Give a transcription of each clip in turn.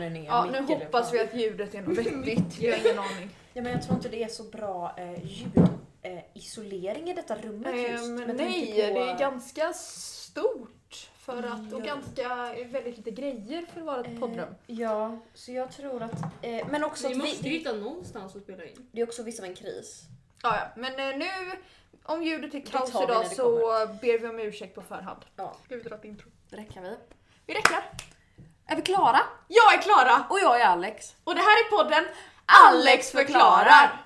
Ja, nu hoppas vi att ljudet är något vettigt. Jag har ingen aning. Ja, men jag tror inte det är så bra ljudisolering i detta rummet just. Nej, det är ganska stort för att, och ganska väldigt lite grejer för att vara ett poddrum. Ja, så jag tror att... men också vi att måste hitta någonstans att spela in. Det är också vissa av en kris. Ja, men nu, om ljudet är kaos idag så ber vi om ursäkt på förhand. Ja. Ska vi dra ett intro? Räcker vi? Vi räcker. Är vi klara? Jag är Klara! Och jag är Alex. Och det här är podden Alex förklarar!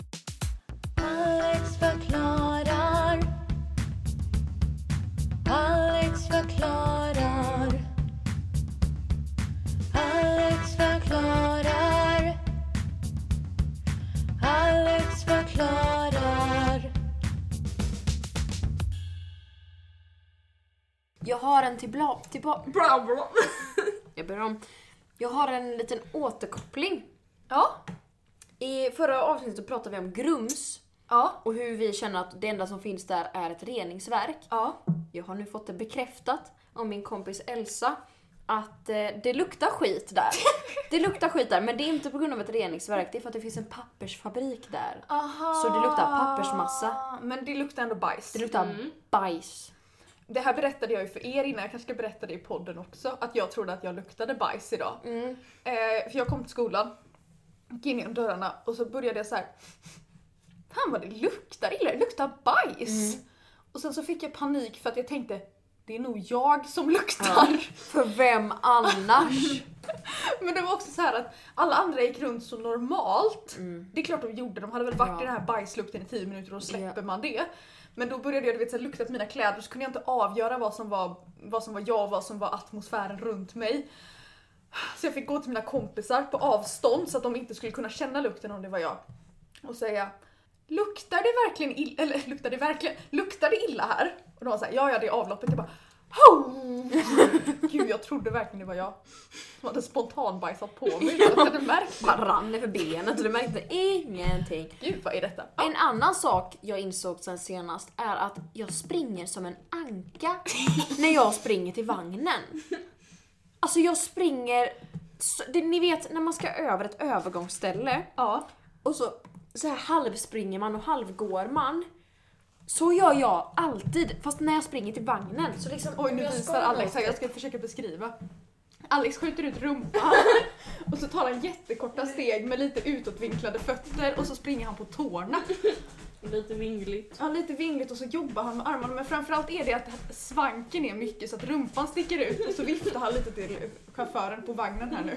Alex förklarar. Alex förklarar. Alex förklarar. Alex förklarar. Jag har en Bra. Jag börjar om. Jag har en liten återkoppling. Ja. I förra avsnittet pratade vi om grums. Ja. Och hur vi känner att det enda som finns där är ett reningsverk. Ja. Jag har nu fått det bekräftat av min kompis Elsa att det luktar skit där. Det luktar skit där, men det är inte på grund av ett reningsverk. Det är för att det finns en pappersfabrik där. Aha. Så det luktar pappersmassa. Men det luktar ändå bajs. Det luktar bajs. Det här berättade jag ju för er innan, jag kanske ska berätta det i podden också. Att jag trodde att jag luktade bajs idag. För jag kom till skolan, gick in genom dörrarna och så började jag så här. Fan vad det luktar illa, det luktar bajs. Och sen så fick jag panik för att jag tänkte, det är nog jag som luktar. Ja, för vem annars? Men det var också så här att alla andra gick runt så normalt. Det är klart de gjorde, de hade väl varit i den här bajslukten i 10 minuter och släpper man det. Men då började jag så här, lukta på mina kläder så kunde jag inte avgöra vad som var jag och vad som var atmosfären runt mig. Så jag fick gå till mina kompisar på avstånd så att de inte skulle kunna känna lukten om det var jag. Och säga, luktar det illa här? Och de var så här, ja det är avloppet. Jag bara, gud jag trodde verkligen det var jag som hade spontanbajsat på mig. Jag hade märkt Man rann för benet och du märkte ingenting. Gud vad är detta? En annan sak jag insåg sen senast är att jag springer som en anka när jag springer till vagnen. Alltså jag springer, ni vet när man ska över ett övergångsställe. Ja. Och så här halvspringer man och halvgår man. Så gör jag alltid, fast när jag springer till vagnen. Så liksom, oj, nu visar Alex här, jag ska försöka beskriva. Alex skjuter ut rumpan och så tar han jättekorta steg med lite utåtvinklade fötter och så springer han på tårna. Lite vingligt. Ja, lite vingligt och så jobbar han med armarna. Men framförallt är det att svanken är mycket så att rumpan sticker ut och så viftar han lite till chauffören på vagnen här nu.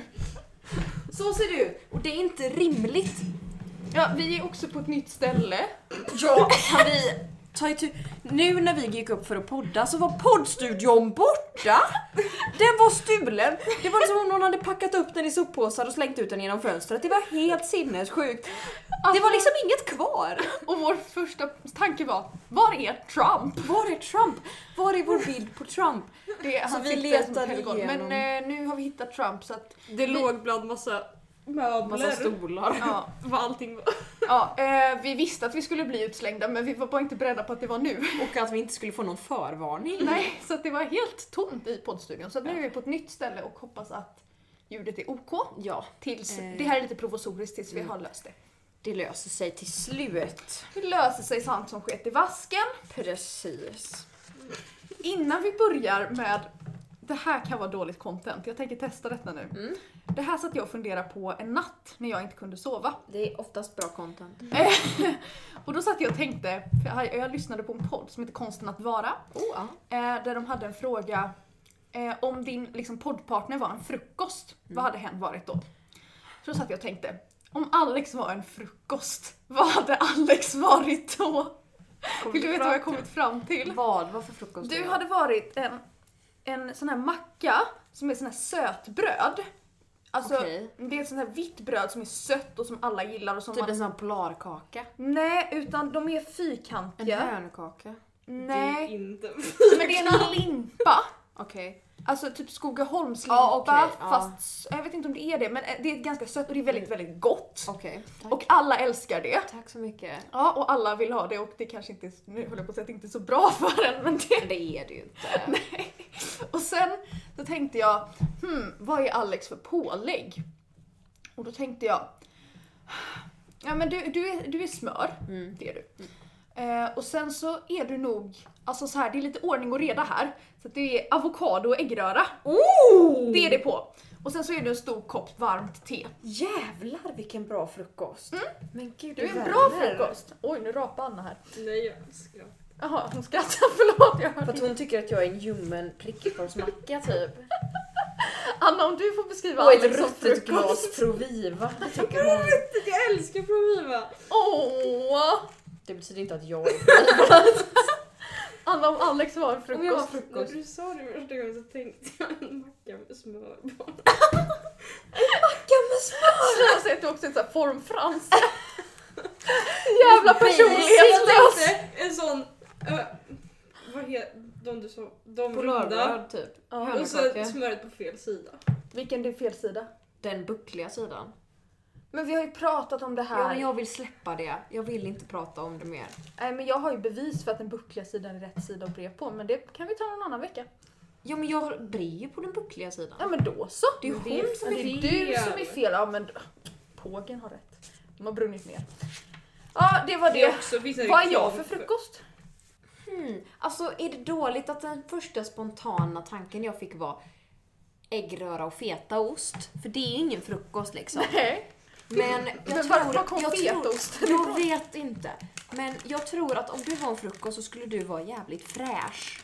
Så ser det ut, och det är inte rimligt. Ja, vi är också på ett nytt ställe. Ja, kan vi ta itu. Nu när vi gick upp för att podda så var poddstudion borta. Den var stulen. Det var som om någon hade packat upp den i soppåsar och slängt ut den genom fönstret. Det var helt sinnessjukt. Det var liksom inget kvar. Och vår första tanke var är Trump? Var är Trump? Var är vår bild på Trump? Så vi letade igenom. Men nu har vi hittat Trump så att det låg bland massa möbler. Massa stolar. Ja. Vad allting var. Ja, vi visste att vi skulle bli utslängda men vi var bara inte beredda på att det var nu. Och att vi inte skulle få någon förvarning. Nej, så att det var helt tomt i poddstudion. Så att nu är vi på ett nytt ställe och hoppas att ljudet är OK. Ja. Tills, det här är lite provisoriskt tills vi har löst det. Det löser sig till slut. Det löser sig sant som sket i vasken. Precis. Innan vi börjar med, det här kan vara dåligt content. Jag tänker testa detta nu. Det här satt jag och funderade på en natt när jag inte kunde sova. Det är oftast bra content. Och då satt jag och tänkte, för jag lyssnade på en podd som heter Konsten att vara. Där de hade en fråga, om din liksom, poddpartner var en frukost, vad hade hen varit då? Så då satt jag och tänkte, om Alex var en frukost, vad hade Alex varit då? Vill du veta vad jag kommit fram till? Vad för frukost? Du hade varit en sån här macka som är sån här sötbröd. Alltså, det är ett sån här vitt bröd som är sött och som alla gillar. Och som typ en sån här polarkaka? Nej, utan de är fyrkantiga. En hörnkaka? Nej, det är inte. men det är en limpa. Okej. Alltså typ Skogaholmslimpa, okej, fast jag vet inte om det är det, men det är ganska sött och det är väldigt, väldigt gott. Okej, tack. Och alla älskar det. Tack så mycket. Ja, och alla vill ha det och det kanske inte, nu håller jag på att säga att det inte är så bra för en, men det... Men det är det ju inte. Nej. Och sen då tänkte jag, vad är Alex för pålägg? Och då tänkte jag, ja men du är smör, det är du. Och sen så är du nog, alltså så här, det är lite ordning och reda här. Så att det är avokado och äggröra. Det är det på. Och sen så är det en stor kopp varmt te. Jävlar vilken bra frukost. Men gud, Det är en bra frukost. Oj, nu rapar Anna här. Nej, jag skrattar. Jaha, hon skrattar, förlåt. Jag För att hon tycker att jag är en ljummen prickkorvsmacka typ. Anna, om du får beskriva Och ett Alex som ruttet glas frukost. Proviva, tycker hon. Jag älskar Proviva. Åh! Det betyder inte att jag är Proviva. Anna, om Alex var en Om jag var frukost. När frukost. du sa det första gången så tänkte jag en macka med smör bara. Macka med smör! Jag säger att du också är en sån här formfrans. Jävla personlighetslös. En sån... vad heter de du sa? De runda. Polarbröd typ. Ja. Och så smöret på fel sida. Vilken är fel sida? Den buckliga sidan. Men vi har ju pratat om det här. Ja, men jag vill släppa det. Jag vill inte prata om det mer. Nej, men jag har ju bevis för att den buckliga sidan är rätt sida att bre på. Men det kan vi ta någon annan vecka. Ja, men jag brer ju på den buckliga sidan. Ja, men då så. Det är ju hon som är Det är fel. du som är fel. Ja, men pågen har rätt. De har brunnit ner. Ja, det var Det är det. också vissa Vad är jag reklam för frukost? Alltså, är det dåligt att den första spontana tanken jag fick var äggröra och fetaost? För det är ingen frukost liksom. Nej. Men Men var kom fetaosten jag vet inte. Men jag tror att om du var en frukost så skulle du vara jävligt fräsch.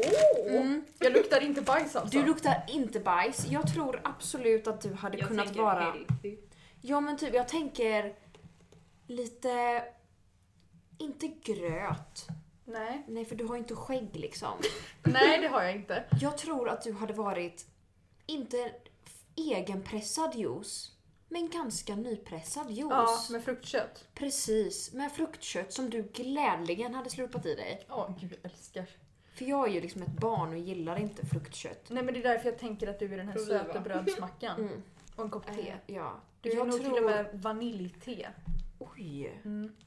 Jag luktar inte bajs alltså. Du luktar inte bajs. Jag tror absolut att du hade Jag kunnat tänker vara... healthy. Ja, men typ jag tänker lite... Inte gröt. Nej. Nej, för du har ju inte skägg liksom. Nej, det har jag inte. Jag tror att du hade varit inte egenpressad juice, men ganska nypressad juice. Ja, med fruktkött. Precis, med fruktkött som du glädligen hade slurpat i dig. Ja, gud jag älskar. För jag är ju liksom ett barn och gillar inte fruktkött. Nej, men det är därför jag tänker att du är den här Proviva. söta brödsmackan. Och en kopp te. Ja. Du är jag nog till och med vaniljte. Oj.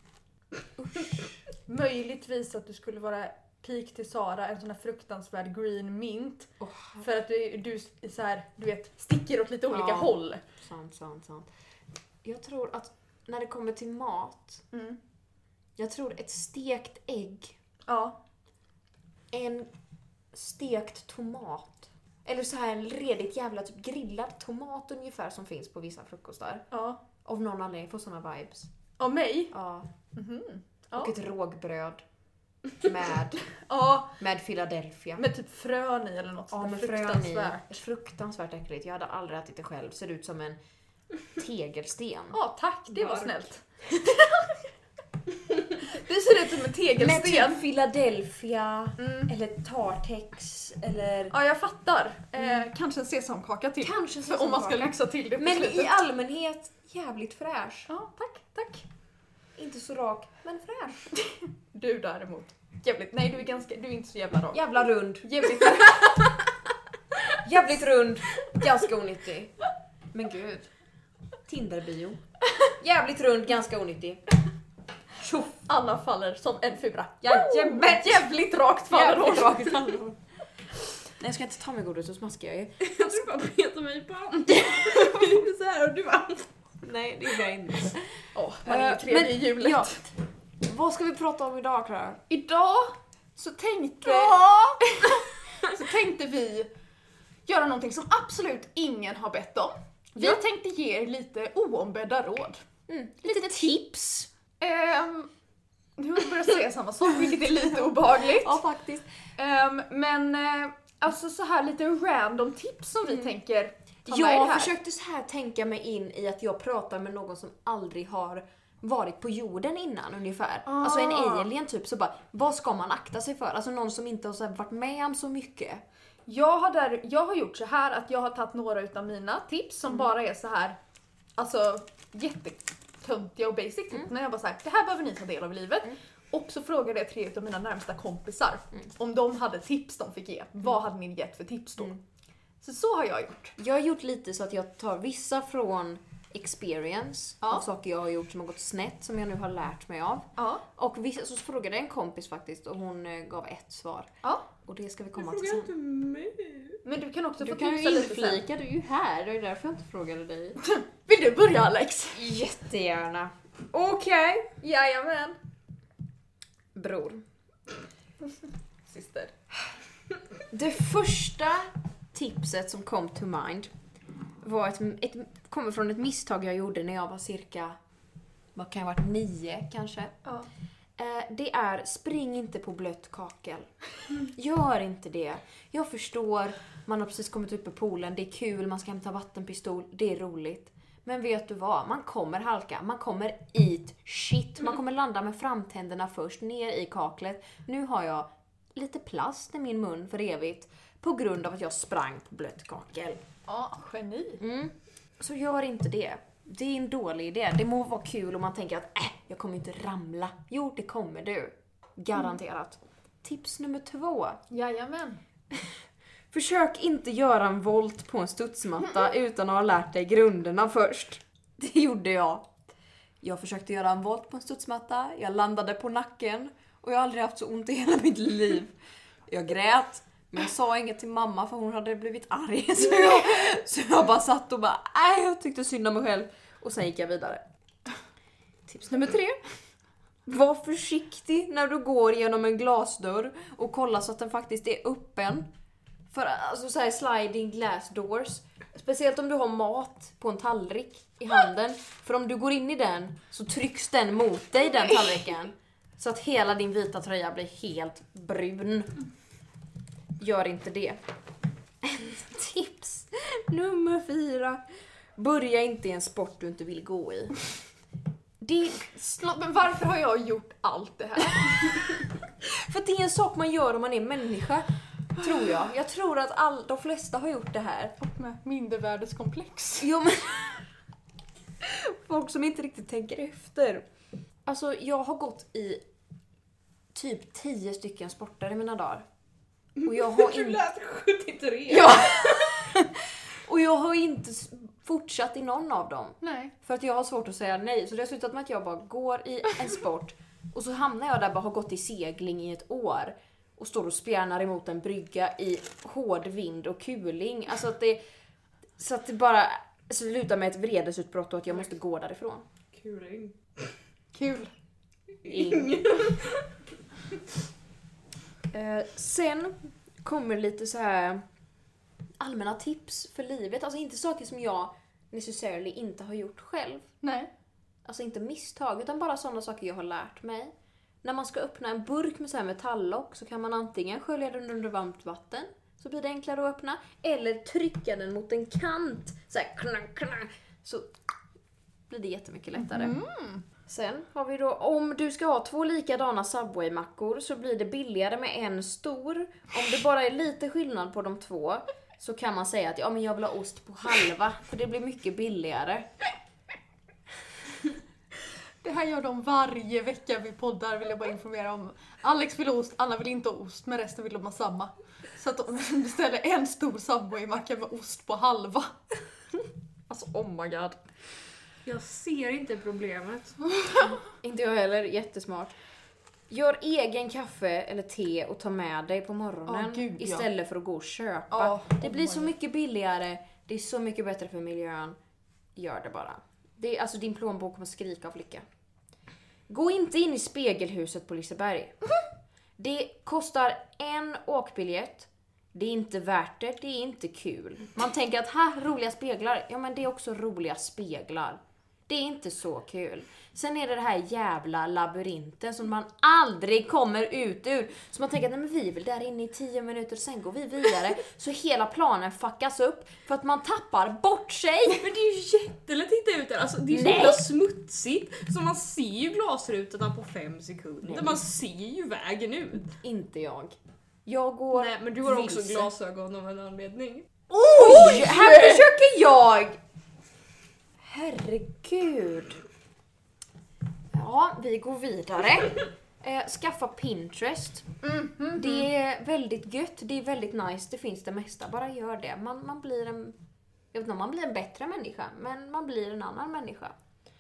Möjligtvis att du skulle vara pik till Sara, en sån här fruktansvärd green mint. För att du så här, du vet, sticker åt lite olika Ja. håll. Sant. Jag tror att när det kommer till mat, jag tror ett stekt ägg, Ja. en stekt tomat, eller så här en redigt jävla typ grillad tomat ungefär som finns på vissa frukostar. Ja. Av någon anledning får såna vibes. Av mig? Ja. Ja. Och ett rågbröd med, Ja, med Philadelphia. med typ frön i eller något Ja, sånt med där frön i. fruktansvärt. Fruktansvärt äckligt. Jag hade aldrig ätit det själv. Ser ut som en tegelsten. Ja, tack, det var Varmt. snällt. Det ser ut som en Med tegelsten. typ Philadelphia eller Tartex eller... Ja, jag fattar. Kanske en sesamkaka till. Kanske en För om man ska sesamkaka. lyxa till det på Men slutet. i allmänhet jävligt fräsch. Ja, tack. Inte så rak, men fräsch. Du däremot. Jävligt. Nej, du är inte så jävla rak. Jävla rund. Jävligt. Jävligt rund. Ganska onyttig. Men gud. Tinderbio. Jävligt rund, ganska onyttig. Tjoff. Anna faller som en fura. Jajamän. Jävligt rakt faller hon. Jävligt rakt faller hon. Nej, jag ska inte ta mig godis, så smaskar jag ju. Jag ska bara peta mig på armen. Så här och du bara... Nej, det gör jag inte. Man är ju tredje i hjulet. Ja. Vad ska vi prata om idag, Clara? Idag så tänkte vi göra någonting som absolut ingen har bett om. Vi tänkte ge er lite oombedda råd. Lite tips. Nu har jag börjat säga samma sak, vilket är lite obehagligt. Ja, faktiskt. Men alltså så här lite random tips som vi tänker ta med i det Jag här. försökte så här tänka mig in i att jag pratar med någon som aldrig har varit på jorden innan ungefär. Alltså en alien typ, så bara, vad ska man akta sig för? Alltså någon som inte har så här varit med om så mycket. Jag har gjort så här att jag har tagit några utav mina tips som bara är så här, alltså jättetöntiga och basic tips. När jag bara så här, det här behöver ni ta del av i livet. Och så frågade jag 3 utav mina närmsta kompisar om de hade tips de fick ge. Vad hade ni gett för tips då? Så har jag gjort. Jag har gjort lite så att jag tar vissa från experience Ja. av saker jag har gjort som har gått snett som jag nu har lärt mig av. Ja. Och så frågade en kompis faktiskt och hon gav ett svar. Ja. Och det ska vi Du komma till frågar sen. inte mig. Men du kan också Du få kan ju tipsa lite sen. inflika, du är ju här. Det är därför jag inte frågade dig. Vill du börja Alex? Jättegärna. Okej. Jajamän. Bror. Syster. Det första tipset som kom to mind var kommer från ett misstag jag gjorde när jag var cirka, vad kan jag ha varit, 9 kanske. Ja. Det är, spring inte på blött kakel. Gör inte det. Jag förstår, man har precis kommit upp i poolen, det är kul, man ska hämta vattenpistol, det är roligt. Men vet du vad? Man kommer halka, man kommer eat shit, man kommer landa med framtänderna först ner i kaklet. Nu har jag lite plast i min mun för evigt på grund av att jag sprang på blött kakel. Ja, geni. Så gör inte det. Det är en dålig idé. Det må vara kul om man tänker att jag kommer inte ramla. Jo, det kommer du. Garanterat. Tips nummer 2. Jajamän. Försök inte göra en volt på en studsmatta utan att ha lärt dig grunderna först. Det gjorde jag. Jag försökte göra en volt på en studsmatta. Jag landade på nacken. Och jag har aldrig haft så ont i hela mitt liv. Jag grät. Men jag sa inget till mamma för hon hade blivit arg. Så jag bara satt och bara, jag tyckte synd om mig själv. Och sen gick jag vidare. Tips nummer 3. Var försiktig när du går genom en glasdörr. Och kolla så att den faktiskt är öppen. För alltså så här sliding glass doors. Speciellt om du har mat på en tallrik i handen. För om du går in i den så trycks den mot dig, den tallriken. Så att hela din vita tröja blir helt brun. Gör inte det. Tips nummer 4. Börja inte i en sport du inte vill gå i. Men varför har jag gjort allt det här? För det är en sak man gör om man är människa. Tror jag. Jag tror att de flesta har gjort det här. Och med mindervärdeskomplex. Jo, men folk som inte riktigt tänker efter. Alltså jag har gått i typ 10 stycken sporter i mina dagar. Och jag har Du lät 73. Ja. Och jag har inte fortsatt i någon av dem. Nej. För att jag har svårt att säga nej. Så det har slutat med att jag bara går i en sport. Och så hamnar jag där, bara har gått i segling i ett år. Och står och spjärnar emot en brygga i hård vind och kuling. Alltså att det bara slutar med ett vredesutbrott och att jag måste gå därifrån. Kuling. Kul. Sen kommer lite så här allmänna tips för livet. Alltså inte saker som jag necessarily inte har gjort själv. Nej. Alltså inte misstag, utan bara sådana saker jag har lärt mig. När man ska öppna en burk med så här metalllock så kan man antingen skölja den under varmt vatten, så blir det enklare att öppna, eller trycka den mot en kant så här knack, knack, så blir det jättemycket lättare. Sen har vi då, om du ska ha 2 likadana Subway-mackor så blir det billigare med en stor. Om det bara är lite skillnad på de 2 så kan man säga att men jag vill ha ost på halva, för det blir mycket billigare. Det här gör de varje vecka vi poddar, vill jag bara informera om. Alex vill ha ost, Anna vill inte ha ost, men resten vill de ha samma. Så att de beställer en stor Subway-macka med ost på halva. Alltså oh my god. Jag ser inte problemet. Inte jag heller, jättesmart. Gör egen kaffe eller te och ta med dig på morgonen Gud, ja. istället för att gå och köpa. Det blir så my mycket billigare, det är så mycket bättre för miljön. Gör det bara. Det är, alltså din plånbok kommer skrika av lycka. Gå inte in i spegelhuset på Liseberg. Det kostar 1 åkbiljett. Det är inte värt det, det är inte kul. Man tänker att roliga speglar. Ja, men det är också roliga speglar. Det är inte så kul. Sen är det här jävla labyrinten som man aldrig kommer ut ur. Så man tänker att nej, men vi är väl där inne i 10 minuter, sen går vi vidare. Så hela planen fuckas upp för att man tappar bort sig. Men det är ju jättelätt att hitta ut där. Alltså, det är så Nej. himla smutsigt. Så man ser ju glasrutorna på 5 sekunder. Nej. Man ser ju vägen ut. Inte jag. Jag går Nej, men du har också vilse. glasögon av en anledning. Oj! Här försöker jag! Herregud. Ja, vi går vidare. Skaffa Pinterest. Det är väldigt gött, det är väldigt nice, det finns det mesta. Bara gör det. Man blir en Jag vet inte om man blir en bättre människa, men man blir en annan människa.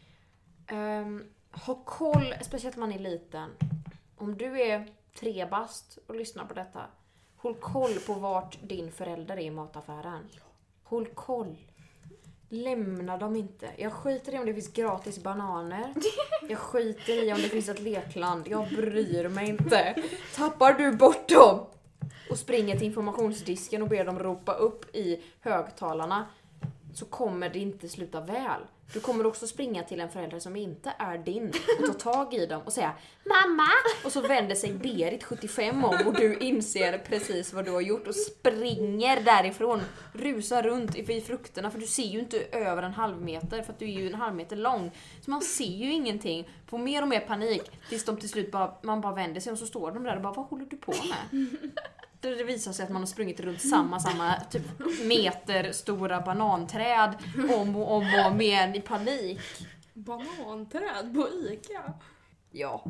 Ha koll, speciellt om man är liten. Om du är 3 bast och lyssnar på detta, håll koll på vart din förälder är i mataffären. Håll koll. Lämna dem inte. Jag skiter i om det finns gratis bananer. Jag skiter i om det finns ett lekland. Jag bryr mig inte. Tappar du bort dem och springer till informationsdisken och ber dem ropa upp i högtalarna, så kommer det inte sluta väl. Du kommer också springa till en förälder som inte är din och ta tag i dem och säga mamma! Och så vänder sig Berit 75 om och du inser precis vad du har gjort och springer därifrån. Rusar runt i frukterna, för du ser ju inte över en halv meter, för att du är ju en halv meter lång. Så man ser ju ingenting. Får mer och mer panik tills de till slut man bara vänder sig och så står de där och bara, vad håller du på med? Det visar sig att man har sprungit runt samma typ meter stora bananträd om och om igen i panik. Bananträd på Ica? Ja.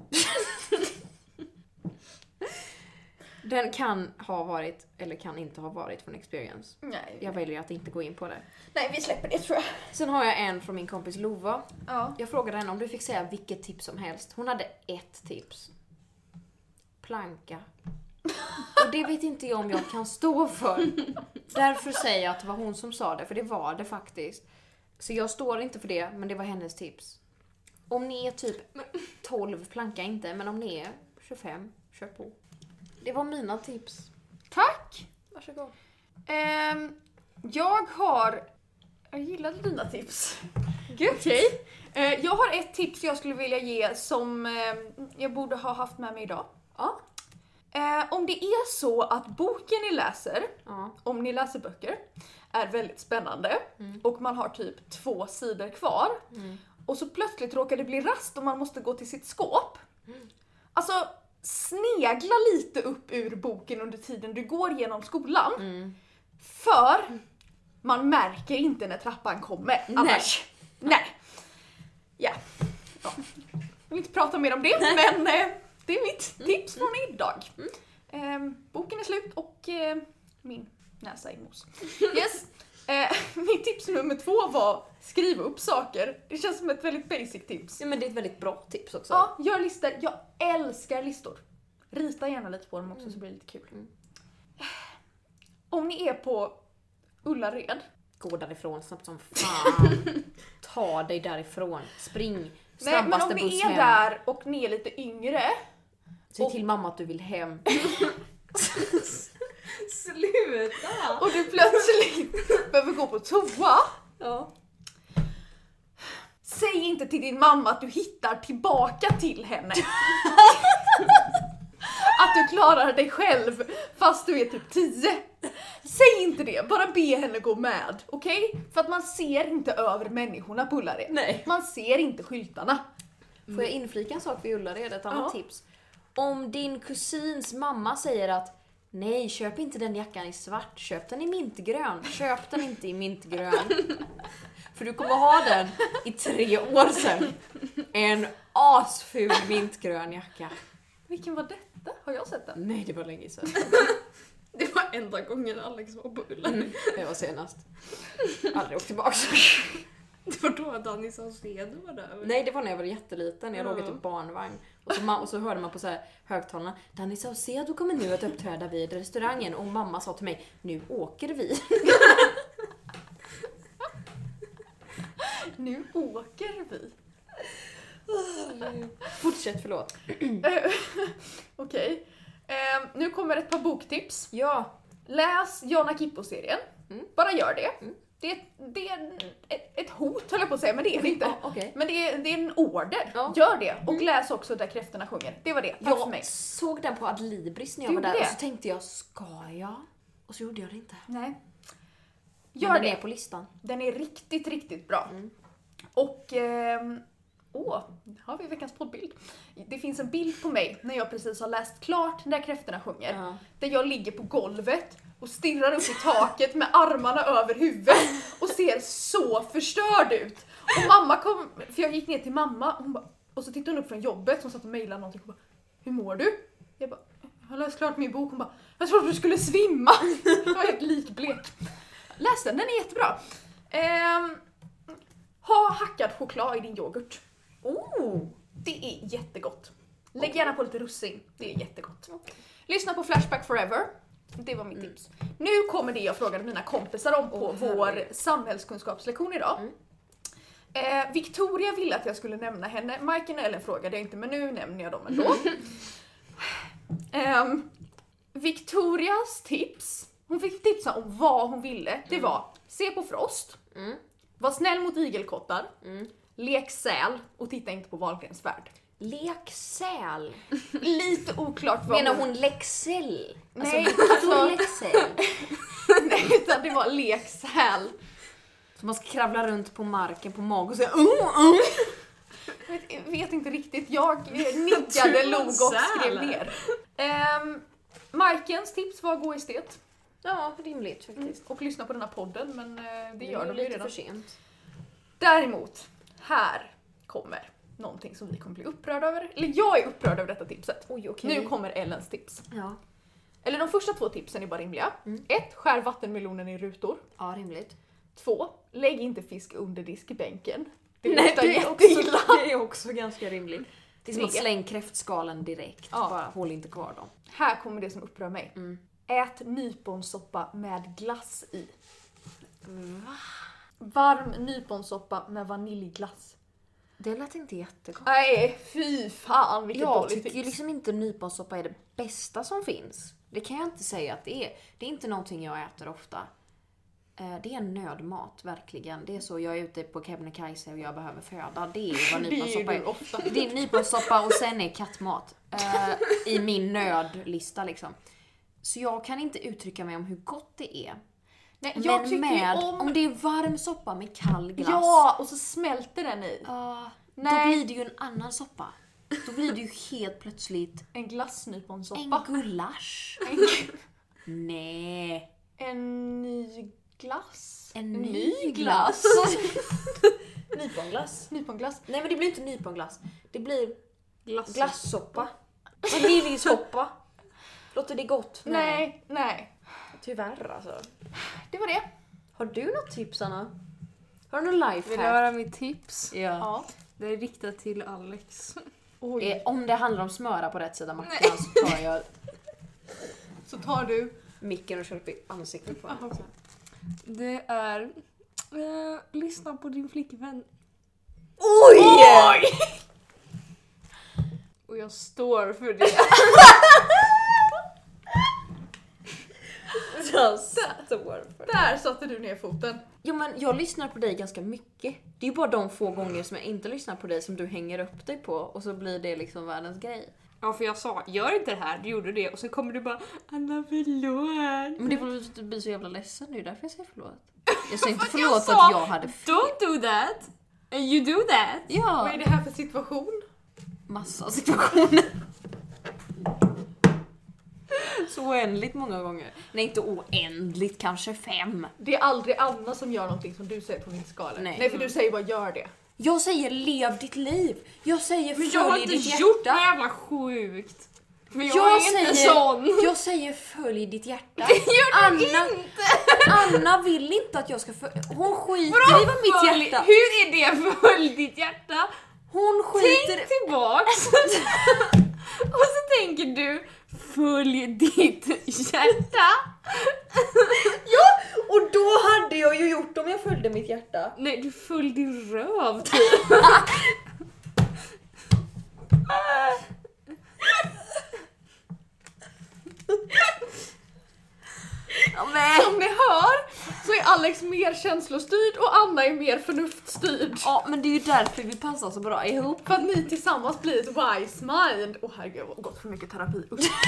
Den kan ha varit, eller kan inte ha varit från experience. Nej. Jag väljer att inte gå in på det. Nej, vi släpper det tror jag. Sen har jag en från min kompis Lova. Ja. Jag frågade henne om du fick säga vilket tips som helst. Hon hade ett tips. Planka. Och det vet inte jag om jag kan stå för. Därför säger jag att det var hon som sa det, för det var det faktiskt. Så jag står inte för det, men det var hennes tips. Om ni är typ 12, planka inte, men om ni är 25, kör på. Det var mina tips. Tack! Varsågod. Jag gillade dina tips. Okej. Jag har ett tips jag skulle vilja ge som jag borde ha haft med mig idag. Ja. Om det är så att boken ni läser, Ja. om ni läser böcker, är väldigt spännande och man har typ 2 sidor kvar och så plötsligt råkar det bli rast och man måste gå till sitt skåp. Alltså, snegla lite upp ur boken under tiden du går genom skolan. För man märker inte när trappan kommer. Annars. Nej. Ja. Jag vill inte prata mer om det, men det är mitt tips från idag. Boken är slut och min näsa är mos. Yes. Mitt tips nummer 2 var skriva upp saker. Det känns som ett väldigt basic tips. Ja, men det är ett väldigt bra tips också. Ja, gör listor. Jag älskar listor. Rita gärna lite på dem också så blir det lite kul. Om ni är på Ullared. Gå därifrån snabbt som fan. Ta dig därifrån. Spring. Nej, men om Snabbaste ni buss är hem. där och ni är lite yngre. Säg till mamma att du vill hem. Sluta! Och du plötsligt behöver gå på toa. Ja. Säg inte till din mamma att du hittar tillbaka till henne. Att du klarar dig själv fast du är typ 10. Säg inte det, bara be henne gå med, okej? För att man ser inte över människorna på Ullared. Nej. Man ser inte skyltarna. Får jag inflika en sak vid Ullared? Ett annat tips. Om din kusins mamma säger att nej, köp inte den jackan i svart, köp den i mintgrön. Köp den inte i mintgrön. För du kommer ha den i 3 år sedan. En asful mintgrön jacka. Vilken var detta? Har jag sett den? Nej, det var länge sedan. Det var enda gången Alex var på Ullared. Det var senast. Aldrig åkt tillbaka. Det var då Danny Saucedo var där. Nej, det var när jag var jätteliten. Jag låg i typ barnvagn. Och så hörde man på så här högtalarna: Danny Saucedo kommer nu att uppträda vid restaurangen. Och mamma sa till mig: nu åker vi. Nu åker vi. Fortsätt, förlåt. Okej. Nu kommer ett par boktips. Ja. Läs Jonna Kippo-serien. Bara gör det. Det är ett hot, höll jag på att säga, men det är det inte. Ja, okej. Men det är en order. Ja. Gör det. Och läs också Där kräftorna sjunger. Det var det. Tack för mig. Jag såg den på Adlibris när jag Du var där. gjorde Och det? så tänkte jag, ska jag? Och så gjorde jag det inte. Nej. Men Gör den det. är på listan. Den är riktigt, riktigt bra. Och har vi veckans poddbild. Det finns en bild på mig när jag precis har läst klart Där kräftorna sjunger. Ja. Där jag ligger på golvet och stirrar upp i taket med armarna över huvudet och ser så förstörd ut. Och mamma kom, för jag gick ner till mamma och, hon bara, och så tittade hon upp från jobbet och satt och mejlade någonting och bara, hur mår du? Jag bara, jag har läst klart min bok. Hon bara, jag trodde du skulle svimma. Jag var helt likblek. Läs den är jättebra. Ha hackad choklad i din yoghurt. Oh! Det är jättegott. Lägg gärna på lite russin. Det är jättegott. Lyssna på Flashback Forever. Det var mitt tips. Nu kommer det jag frågade mina kompisar om på vår samhällskunskapslektion idag. Victoria ville att jag skulle nämna henne. Majken och Ellen frågade jag inte, men nu nämner jag dem ändå. Victorias tips. Hon fick tipsa om vad hon ville. Det var se på Frost. Var snäll mot igelkottar. Lek säl och titta inte på Wahlgrens värld. Lek säl. Lite oklart vad Menar hon Lexell? Nej, alltså Lexell. Nej, utan det var lek säl. Så man ska kravla runt på marken på mag och säga Jag vet inte riktigt. Jag nickade, log och skrev ner. Majkens tips var gå estet. Ja, rimligt faktiskt. Och lyssna på den här podden, men det gör de ju lite redan. för sent. Däremot, här kommer någonting som vi kommer bli upprörda över. Eller jag är upprörd över detta tipset. Oj, okej. Nu kommer Ellens tips. Ja. Eller de första 2 tipsen är bara rimliga. 1. Skär vattenmelonen i rutor. Ja, rimligt. 2. Lägg inte fisk under diskbänken. Det Nej, luktar det är, jätteilla. det är också ganska rimligt. Det är som att 3. slänga kräftskalen direkt. Ja. Bara håll inte kvar dem. Här kommer det som upprör mig. Ät nyponsoppa med glass i. Va? Varm nyponsoppa med vaniljglass. Det lät inte jättegott. Nej, fy fan vilket Jag dåligt tycker tips. liksom inte nyponsoppa är det bästa som finns. Det kan jag inte säga att det är. Det är inte någonting jag äter ofta. Det är en nödmat, verkligen. Det är så, jag är ute på Kebnekaise och jag behöver föda. Det är vad nyponsoppa är. ofta. Det är nyponsoppa och sen är kattmat. I min nödlista liksom. Så jag kan inte uttrycka mig om hur gott det är. Nej, jag Men tycker med, ju om det är varm soppa med kall glass. Ja, och så smälter den i. Då Nej. blir det ju en annan soppa. Då blir det ju helt plötsligt En glassnyponsoppa. en gulasch. Nej. En ny glass. En ny ny glass. Nyponglass. Nyponglass. Nej, men det blir inte nyponglass. Det blir Glass. glassoppa. Vaniljsoppa. Låter det gott? Nej. Tyvärr alltså. Det var det. Har du något tips, Anna? Har du någon Vill du lifehack? höra mitt tips? Ja. Ja. Det är riktat till Alex. Oj. Om det handlar om smöra på rätt sida mackan så tar jag Så tar du. micken och kör upp i ansiktet på den. Det är... lyssna på din flickvän. Oj! Och jag står för det. Jag står för det. Där satte du ner foten. Jo, men jag lyssnar på dig ganska mycket. Det är ju bara de få gånger som jag inte lyssnar på dig som du hänger upp dig på. Och så blir det liksom världens grej. Ja, för jag sa, gör inte det här, du gjorde det. Och så kommer du bara, Anna förlåt. Men det får du bli så jävla ledsen. Det är därför jag säger förlåt. Jag säger inte För att jag förlåt sa, att jag hade fel. Don't do that. You do that. Vad Ja, är det här för situation? massa situationer. Så oändligt många gånger. Nej, inte oändligt, kanske 5. Det är aldrig Anna som gör någonting som du säger på min skala. Nej. Nej, för du säger bara gör det. Jag säger lev ditt liv. Jag säger Men jag har följ inte ditt gjort något hjärta. jävla sjukt. Men jag, Jag är inte säger- sån. Jag säger följ ditt hjärta. Det gör du Anna, inte. Anna vill inte att jag ska hon skiter i vad mitt Följ- hjärta. Hur är det följ ditt hjärta? Hon skiter Tänk tillbaks. Och så tänker du, följ ditt hjärta. Ja, och då hade jag ju gjort om jag följde mitt hjärta. Nej, du följ din röv. Ja, men. Som ni hör så är Alex mer känslostyrd och Anna är mer förnuftstyrd. Ja, men det är ju därför vi passar så bra ihop. För att ni tillsammans blir ett wise mind. Åh herregud, jag har gått för mycket terapi.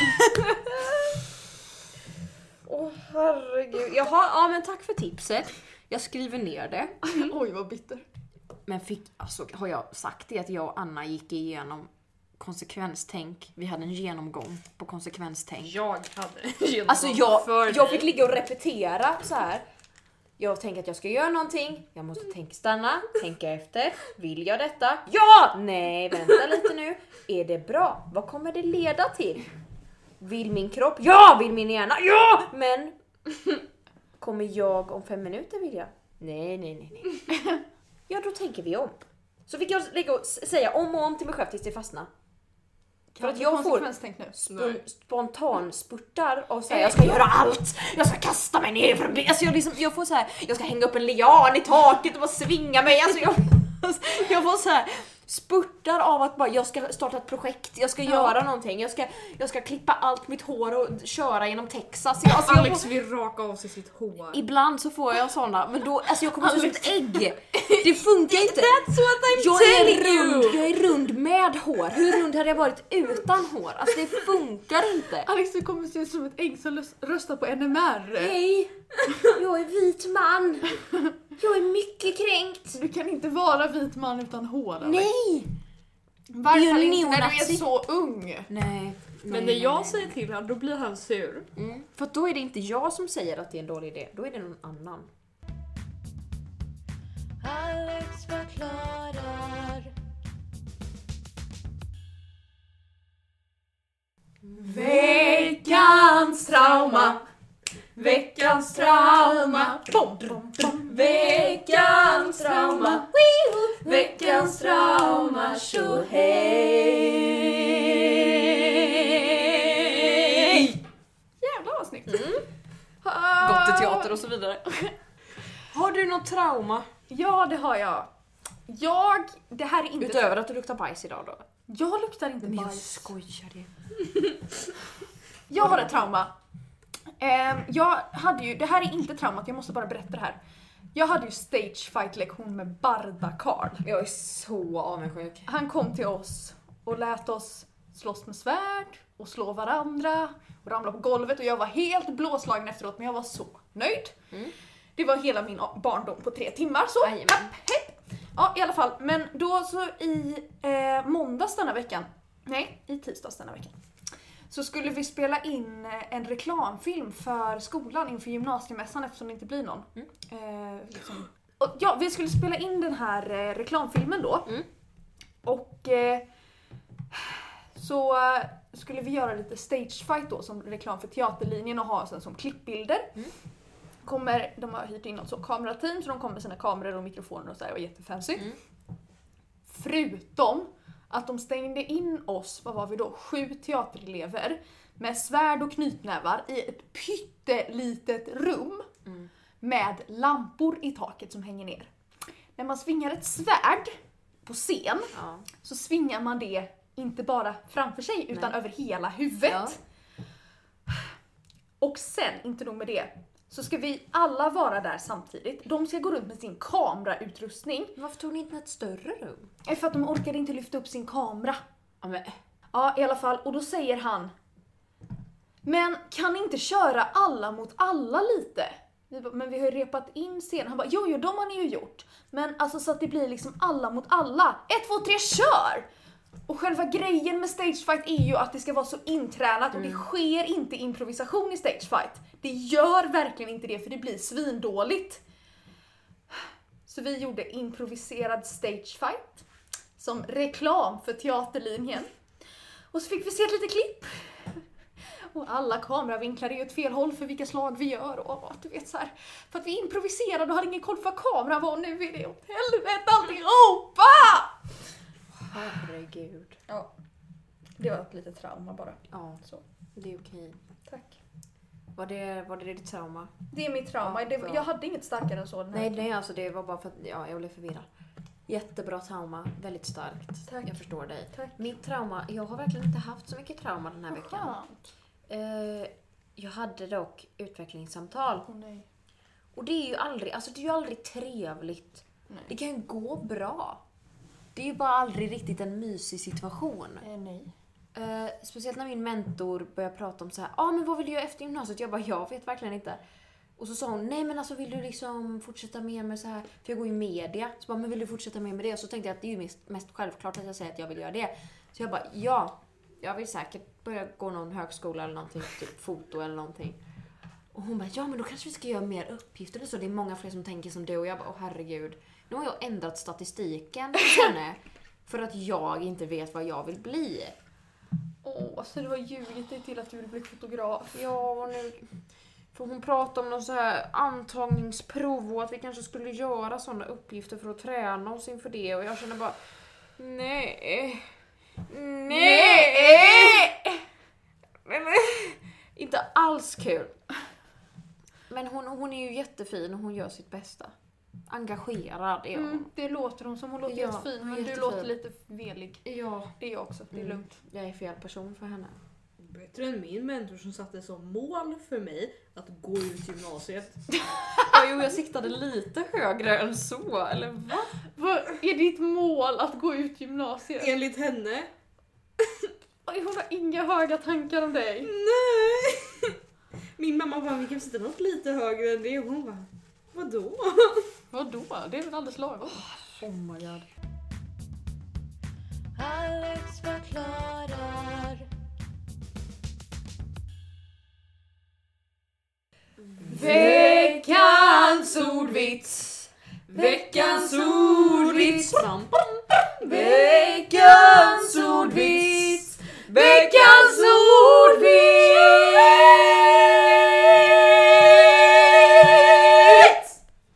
Åh herregud. Jaha, ja men tack för tipset. Jag skriver ner det. Oj vad bitter. Men har jag sagt det att jag och Anna gick igenom konsekvenstänk? Vi hade en genomgång på konsekvenstänk. Jag hade Alltså jag fick ligga och repetera så här. Jag tänker att jag ska göra någonting. Jag måste stanna, tänka efter. Vill jag detta? Ja! Nej, vänta lite nu. Är det bra? Vad kommer det leda till? Vill min kropp? Ja! Vill min hjärna? Ja! Men kommer jag om 5 minuter vilja? Nej. Ja, då tänker vi om. Så fick jag lägga och säga om och om till mig själv tills det fastnar. För att jag får spontan spurtar och säga jag ska göra allt. Jag ska kasta mig ner från det. Alltså jag får så här, jag ska hänga upp en lian i taket och bara svinga mig. Alltså jag får så här spurtar av att bara jag ska starta ett projekt, jag ska göra någonting. Jag ska klippa allt mitt hår och köra genom Texas. Alltså Alex vill raka av sig sitt hår. Ibland så får jag såna, men då alltså jag kommer som ett ägg. Det funkar inte. That's what I'm telling you. Jag är rund med hår. Hur rund hade jag varit utan hår? Alltså det funkar inte. Alex, du kommer se ut som ett ägg som röstar på NMR. Nej. Jag är vit man. Jag är mycket kränkt. Du kan inte vara vit man utan hår. Alex. Nej. Varför Det är ju inte när du är neonazi. så ung? Nej. Men när jag säger till honom, då blir han sur. För då är det inte jag som säger att det är en dålig idé. Då är det någon annan. Alex förklarar. Veckans trauma. Veckans trauma. Bom, bom, bom. Veckans trauma. Veckans trauma. Tjohej! Jävlar vad snyggt. Gått till teater och så vidare. Har du något trauma? Ja, det har jag. Det här är inte... Utöver att du luktar bajs idag då? Jag luktar inte Men jag bajs. skojar det. Jag har ett trauma. Det här är inte traumat, jag måste bara berätta det här. Jag hade ju stage fight lektion med Barda Karl. Jag är så avundsjuk. Han kom till oss och lät oss slåss med svärd och slå varandra och ramla på golvet och jag var helt blåslagen efteråt, men jag var så nöjd. Det var hela min barndom på 3 timmar så. Ja, i alla fall, men då så i måndags denna veckan, nej, i tisdags denna veckan, så skulle vi spela in en reklamfilm för skolan inför gymnasiemässan eftersom det inte blir någon. Och ja, vi skulle spela in den här reklamfilmen då. Och så skulle vi göra lite stagefight då som reklam för teaterlinjen och ha sen som klippbilder. De har hyrt in något så kamerateam så de kommer med sina kameror och mikrofoner och så där, och jättefancy. Förutom att de stängde in oss, vad var vi då, 7 teaterelever med svärd och knytnävar i ett pyttelitet rum med lampor i taket som hänger ner. När man svingar ett svärd på scen så svingar man det inte bara framför sig utan över hela huvudet. Och sen, inte nog med det, så ska vi alla vara där samtidigt. De ska gå runt med sin kamerautrustning. Varför tog ni inte ett större rum? För att de orkade inte lyfta upp sin kamera. Ja, Ja, i alla fall. Och då säger han: men kan ni inte köra alla mot alla lite? Men vi har ju repat in scenen. Han bara, jo, de har ni ju gjort. Men alltså så att det blir liksom alla mot alla. 1, 2, 3, kör! Och själva grejen med stagefight är ju att det ska vara så intränat och det sker inte improvisation i stagefight. Det gör verkligen inte det för det blir svindåligt. Så vi gjorde improviserad stagefight som reklam för teaterlinjen. Och så fick vi se ett litet klipp. Och alla kameravinklar är ju åt fel håll för vilka slag vi gör. Och du vet så här, för att vi improviserade och hade ingen koll för vad kameran var. Och nu är det åt helvete alltihopa! Herregud. Ja, det var ett litet trauma bara. Ja, Så. det är okej. Tack. Var det ditt trauma? Det är mitt trauma. Ja, bra. Jag hade inget starkare än så. Nej, alltså det var bara för att jag blev förvirrad. Jättebra trauma, väldigt starkt. Tack. Jag förstår dig. Tack. Mitt trauma, jag har verkligen inte haft så mycket trauma den här veckan. Jag hade dock utvecklingssamtal. Nej. Och det är ju aldrig trevligt. Nej. Det kan ju gå bra. Det är ju bara aldrig riktigt en mysig situation. Nej. Speciellt när min mentor började prata om så här, men vad vill du göra efter gymnasiet? Jag bara, jag vet verkligen inte. Och så sa hon, nej men alltså vill du liksom fortsätta med så här, för jag går i media. Så bara, men vill du fortsätta med det? Och så tänkte jag att det är ju mest självklart att jag säger att jag vill göra det. Så jag bara, ja, jag vill säkert börja gå någon högskola eller någonting, typ foto eller någonting. Och hon bara, ja men då kanske vi ska göra mer uppgifter eller så. Det är många fler som tänker som du. Och jag bara, herregud. Nu har jag ändrat statistiken för att jag inte vet vad jag vill bli. Så du har ljugit dig till att du vill bli fotograf. Ja, och För hon pratade om någon så här antagningsprov och att vi kanske skulle göra sådana uppgifter för att träna oss inför det. Och jag känner bara, nej. Inte alls kul. Men hon är ju jättefin och hon gör sitt bästa. Engagerad är hon. Det låter hon som. Hon låter helt fin, men du låter lite velig. Ja. Det är jag också, det är lugnt. Jag är fel person för henne. Bättre än min mentor som satte som mål för mig att gå ut gymnasiet. Ja, jo, jag siktade lite högre än så, eller va? Vad är ditt mål att gå ut gymnasiet? Enligt henne. Hon har inga höga tankar om dig. Nej! Min mamma bara, vi kan sätta något lite högre än det. Och hon bara, vadå? Vadå? Det är väl alldeles lagom. Oh my god. Alex förklarar. Veckans ordvits. Veckans ordvits. Veckans ordvits. Veckans ordvits.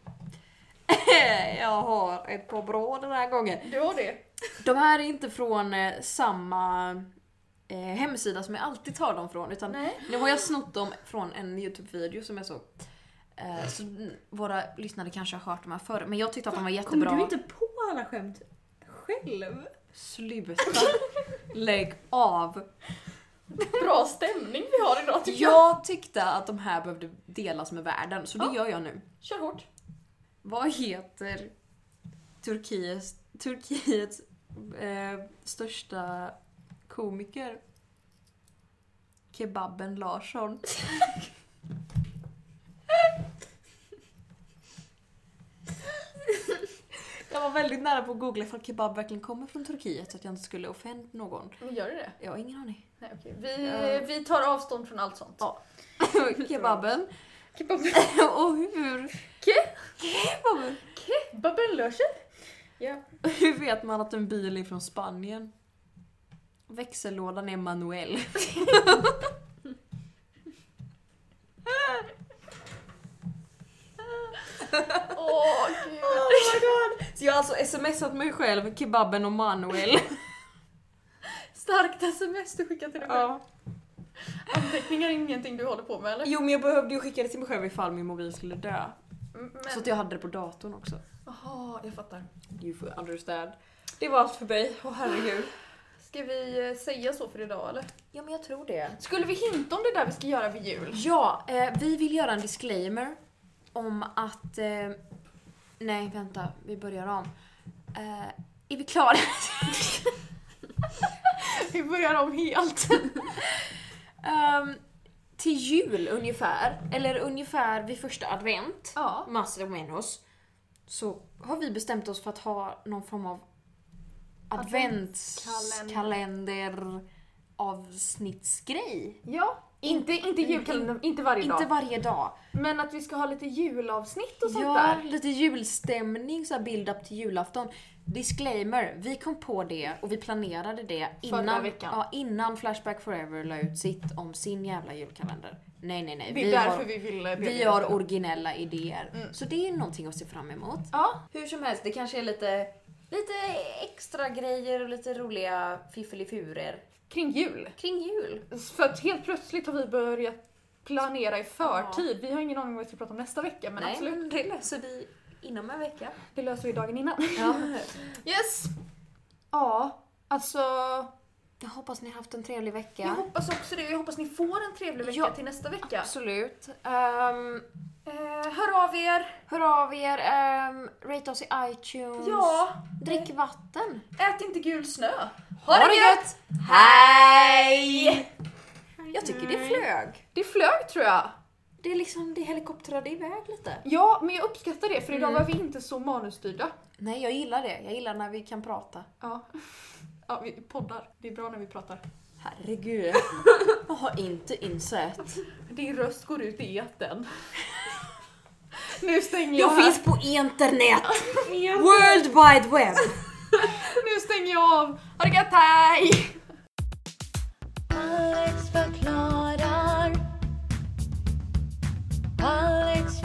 Jag har ett par bra den här gången. Du har det. De här är inte från samma hemsida som jag alltid tar dem från, utan nu har jag snott dem från en YouTube-video som jag såg. Så våra lyssnare kanske har hört dem här förr, men jag tyckte att de var jättebra. Kommer du inte på alla skämt själv? Sluta. Lägg av. Bra stämning vi har idag tycker jag. Jag tyckte att de här behövde delas med världen, så det gör jag nu. Kör hårt. Vad heter Turkiets största komiker? Kebaben Larsson. Jag var väldigt nära på att googla för att kebab verkligen kommer från Turkiet så att jag inte skulle offend någon. Gör det? Jag har ingen aning. Nej, okej. Vi tar avstånd från allt sånt. Ja. Kebaben. Och hur? Kebaben. Kebaben Larsson? Ja. Hur vet man att en bil är från Spanien? Växellådan är manuell. Åh gud. Oh my god. Så jag har alltså smsat mig själv, kebaben och manuell. Starkt sms du skickar till dig själv. Ja. Anteckningar är ingenting du håller på med eller? Jo, men jag behövde ju skicka det till mig själv ifall min mobil skulle dö. Men... Så att jag hade det på datorn också. Jaha, jag fattar. You understand. Det var allt för mig. Åh herregud. Ska vi säga så för idag eller? Ja, men jag tror det. Skulle vi hinta om det där vi ska göra vid jul? Ja, vi vill göra en disclaimer om att... nej, vänta. Vi börjar om. Är vi klara? Vi börjar om helt. Till jul ungefär, eller ungefär vid första advent, massor och menos, så har vi bestämt oss för att ha någon form av adventskalender avsnittsgrej. Ja, inte julkalender, inte varje dag. Inte varje dag. Men att vi ska ha lite julavsnitt och sånt Ja, där. lite julstämning, så här build-up till julafton. Disclaimer, vi kom på det och vi planerade det Förra veckan. Innan Flashback Forever la ut sitt om sin jävla julkalender. Nej. Det är därför vi ville vi har originella idéer. Så det är någonting att se fram emot. Ja. Hur som helst, det kanske är lite extra grejer och lite roliga fiffelifurer. Kring jul. För att helt plötsligt har vi börjat planera i förtid. Vi har ingen aning om vad vi ska prata om nästa vecka, men absolut. Men det löser vi inom en vecka. Det löser vi dagen innan. Ja. Yes! Ja, alltså... Jag hoppas ni har haft en trevlig vecka. Jag hoppas också det. Jag hoppas ni får en trevlig vecka till nästa vecka. Absolut. Hör av er. Rate oss i iTunes. Ja. Drick vatten. Ät inte gul snö. Ha det gött! Hej! Jag tycker det flög. Det flög tror jag. Det är liksom, det helikoptrade iväg lite. Ja, men jag uppskattar det för idag var vi inte så manusstyrda. Nej, jag gillar det. Jag gillar när vi kan prata. Ja, vi poddar. Det är bra när vi pratar. Herregud. Jag har inte insett. Din röst går ut i etern. Nu stänger jag Jag här. finns på internet. World Wide Web. Nu stänger jag av. Ha det gött, hej! Alex förklarar.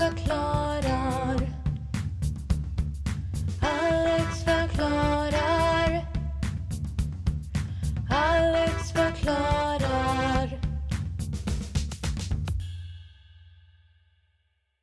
förklarar